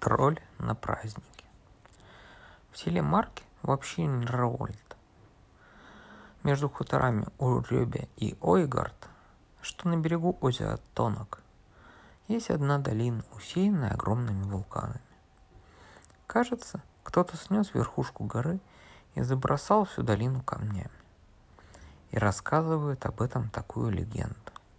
Тролль на празднике. В селе Марки в общине Раольт между хуторами Урёбе и Ойгард, что на берегу озера Тонок, есть одна долина, усеянная огромными вулканами. Кажется, кто-то снес верхушку горы и забросал всю долину камнями. И рассказывают об этом такую легенду.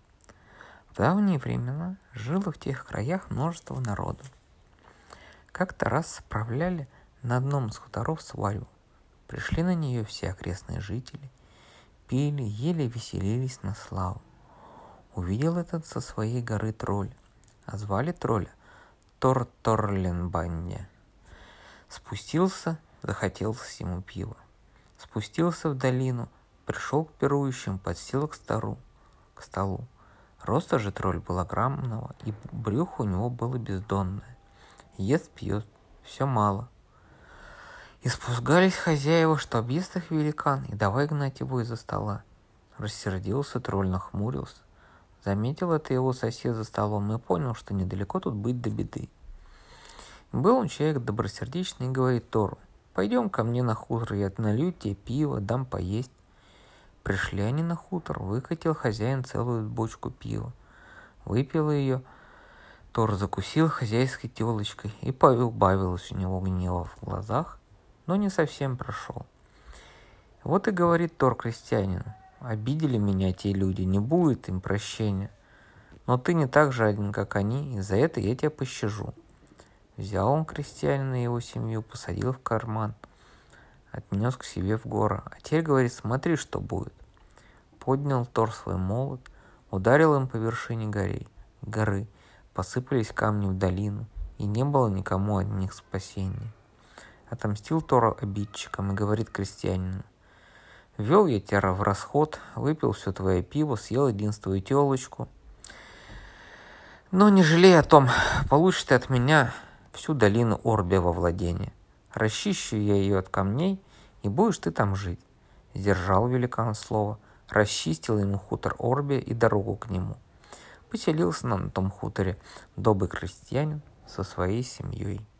В давние времена жило в тех краях множество народу. Как-то раз справляли на одном из хуторов свадьбу. Пришли на нее все окрестные жители, пили, ели, веселились на славу. Увидел этот со своей горы тролль, а звали тролля Торторленбанне. Спустился, захотелось ему пива. Спустился в долину, пришел к пирующим, подсел к столу. Роста же тролль был огромного, и брюхо у него было бездонное. Ест, пьет, все мало. Испугались хозяева, что объест их великан, и давай гнать его из-за стола. Рассердился тролль, нахмурился. Заметил это его сосед за столом и понял, что недалеко тут быть до беды. Был он человек добросердечный и говорит Тору: «Пойдем ко мне на хутор, я налью тебе пиво, дам поесть». Пришли они на хутор, выкатил хозяин целую бочку пива. Выпил ее, Тор закусил хозяйской телочкой, и поубавилось у него гнева в глазах, но не совсем прошел. Вот и говорит Тор крестьянину: «Обидели меня те люди, не будет им прощения. Но ты не так жаден, как они, и за это я тебя пощажу». Взял он крестьянина и его семью, посадил в карман, отнес к себе в гору. А теперь, говорит, смотри, что будет. Поднял Тор свой молот, ударил им по вершине горы, посыпались камни в долину, и не было никому от них спасения. Отомстил Тор обидчикам и говорит крестьянину: «Вел я тебя в расход, выпил все твое пиво, съел единственную телочку. Но не жалей о том, получишь ты от меня всю долину Орбе во владение. Расчищу я ее от камней, и будешь ты там жить». Сдержал великан слово, расчистил ему хутор Орбе и дорогу к нему. Поселился на том хуторе добрый крестьянин со своей семьей.